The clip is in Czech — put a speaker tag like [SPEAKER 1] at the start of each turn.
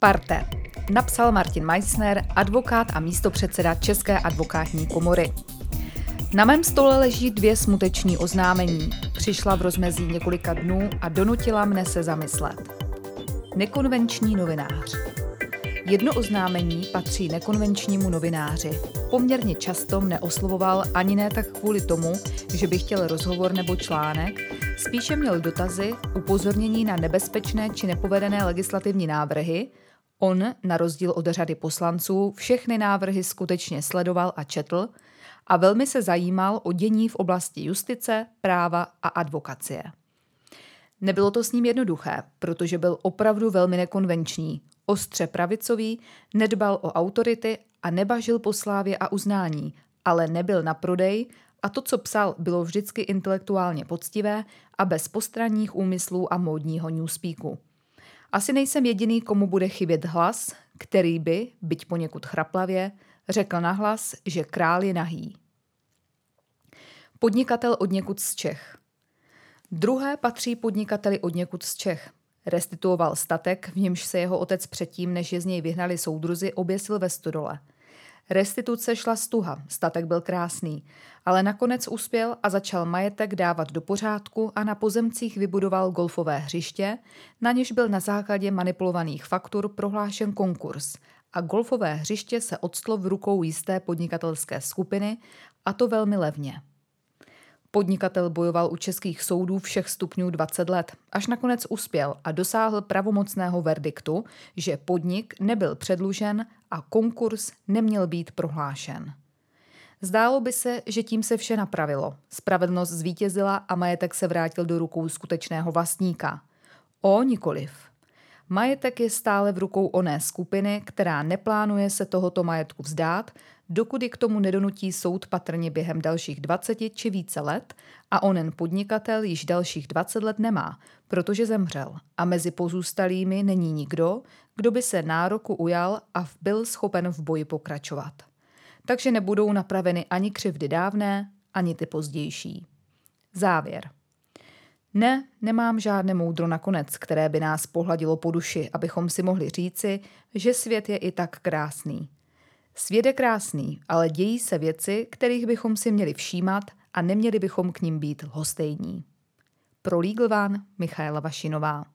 [SPEAKER 1] Parte. Napsal Martin Meissner, advokát a místopředseda České advokátní komory. Na mém stole leží 2 smuteční oznámení. Přišla v rozmezí několika dnů a donutila mne se zamyslet. Nekonvenční novinář. Jedno oznámení patří nekonvenčnímu novináři. Poměrně často mne oslovoval ani ne tak kvůli tomu, že by chtěl rozhovor nebo článek, spíše měl dotazy, upozornění na nebezpečné či nepovedené legislativní návrhy. On, na rozdíl od řady poslanců, všechny návrhy skutečně sledoval a četl a velmi se zajímal o dění v oblasti justice, práva a advokacie. Nebylo to s ním jednoduché, protože byl opravdu velmi nekonvenční, ostře pravicový, nedbal o autority a nebažil po slávě a uznání, ale nebyl na prodej a to, co psal, bylo vždycky intelektuálně poctivé a bez postranních úmyslů a módního newspeaku. Asi nejsem jediný, komu bude chybět hlas, který by, byť poněkud chraplavě, řekl nahlas, že král je nahý. Podnikatel odněkud z Čech. Druhé patří podnikateli odněkud z Čech. Restituoval statek, v němž se jeho otec předtím, než je z něj vyhnali soudruzi, oběsil ve stodole. Restituce šla stuha, statek byl krásný, ale nakonec uspěl a začal majetek dávat do pořádku a na pozemcích vybudoval golfové hřiště, na něž byl na základě manipulovaných faktur prohlášen konkurs a golfové hřiště se odstlo v rukou jisté podnikatelské skupiny, a to velmi levně. Podnikatel bojoval u českých soudů všech stupňů 20 let, až nakonec uspěl a dosáhl pravomocného verdiktu, že podnik nebyl předlužen a konkurs neměl být prohlášen. Zdálo by se, že tím se vše napravilo. Spravedlnost zvítězila a majetek se vrátil do rukou skutečného vlastníka. Nikoliv. Majetek je stále v rukou oné skupiny, která neplánuje se tohoto majetku vzdát, dokud ji k tomu nedonutí soud patrně během dalších 20 či více let a onen podnikatel již dalších 20 let nemá, protože zemřel a mezi pozůstalými není nikdo, kdo by se nároku ujal a byl schopen v boji pokračovat. Takže nebudou napraveny ani křivdy dávné, ani ty pozdější. Závěr. Ne, nemám žádné moudro nakonec, které by nás pohladilo po duši, abychom si mohli říci, že svět je i tak krásný. Svět je krásný, ale dějí se věci, kterých bychom si měli všímat a neměli bychom k ním být lhostejní. Pro Legal One Michaela Vašinová.